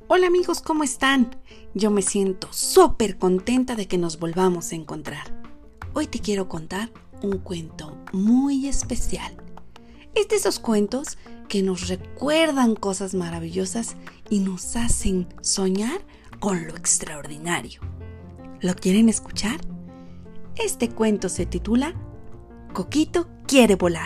Hola amigos, ¿cómo están? Yo me siento súper contenta de que nos volvamos a encontrar. Hoy te quiero contar un cuento muy especial. Es de esos cuentos que nos recuerdan cosas maravillosas y nos hacen soñar con lo extraordinario. ¿Lo quieren escuchar? Este cuento se titula Coquito quiere volar.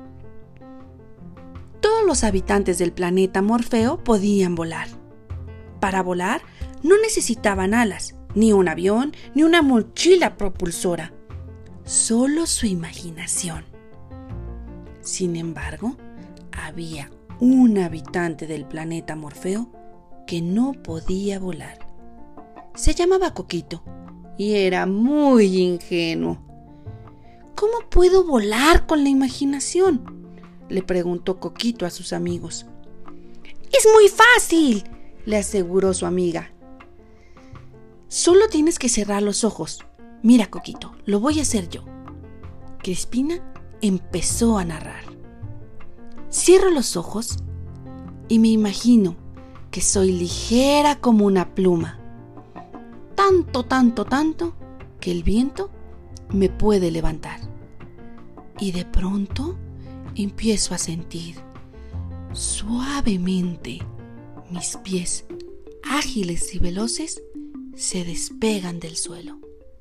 Todos los habitantes del planeta Morfeo podían volar. Para volar no necesitaban alas, ni un avión, ni una mochila propulsora, solo su imaginación. Sin embargo, había un habitante del planeta Morfeo que no podía volar. Se llamaba Coquito y era muy ingenuo. ¿Cómo puedo volar con la imaginación?, le preguntó Coquito a sus amigos. Es muy fácil, le aseguró su amiga. Solo tienes que cerrar los ojos. Mira, Coquito, lo voy a hacer yo. Crispina empezó a narrar. Cierro los ojos y me imagino que soy ligera como una pluma. Tanto, que el viento me puede levantar. Y de pronto empiezo a sentir suavemente mis pies, ágiles y veloces, se despegan del suelo.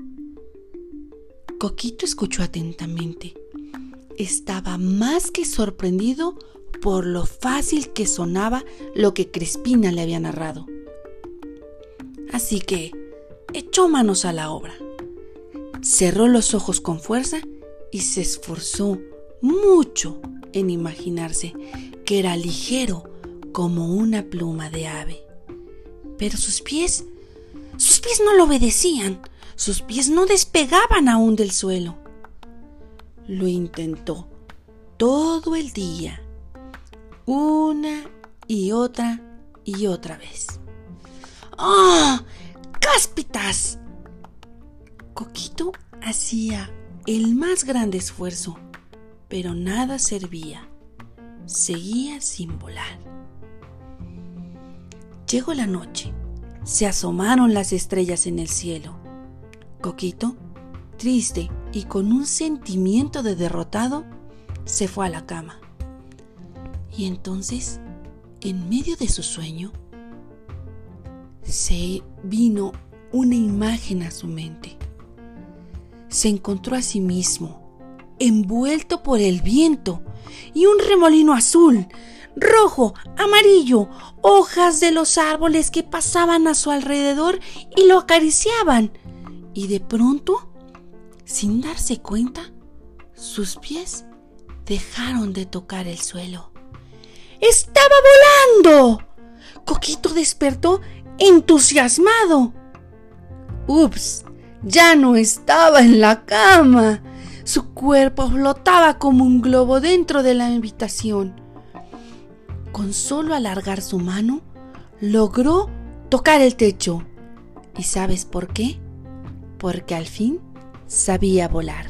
Coquito escuchó atentamente. Estaba más que sorprendido por lo fácil que sonaba lo que Crispina le había narrado. Así que echó manos a la obra. Cerró los ojos con fuerza y se esforzó mucho en imaginarse que era ligero como una pluma de ave. Pero sus pies no lo obedecían. Sus pies no despegaban aún del suelo. Lo intentó todo el día, una y otra vez. ¡Ah! ¡Cáspitas! Coquito hacía el más grande esfuerzo, pero nada servía. Seguía sin volar. Llegó la noche. Se asomaron las estrellas en el cielo. Coquito, triste y con un sentimiento de derrotado, se fue a la cama. Y entonces, en medio de su sueño, se vino una imagen a su mente. Se encontró a sí mismo, envuelto por el viento y un remolino azul, rojo, amarillo, hojas de los árboles que pasaban a su alrededor y lo acariciaban. Y de pronto, sin darse cuenta, sus pies dejaron de tocar el suelo. ¡Estaba volando! Coquito despertó entusiasmado. ¡Ups! Ya no estaba en la cama. Su cuerpo flotaba como un globo dentro de la habitación. Con solo alargar su mano, logró tocar el techo. ¿Y sabes por qué? Porque al fin sabía volar.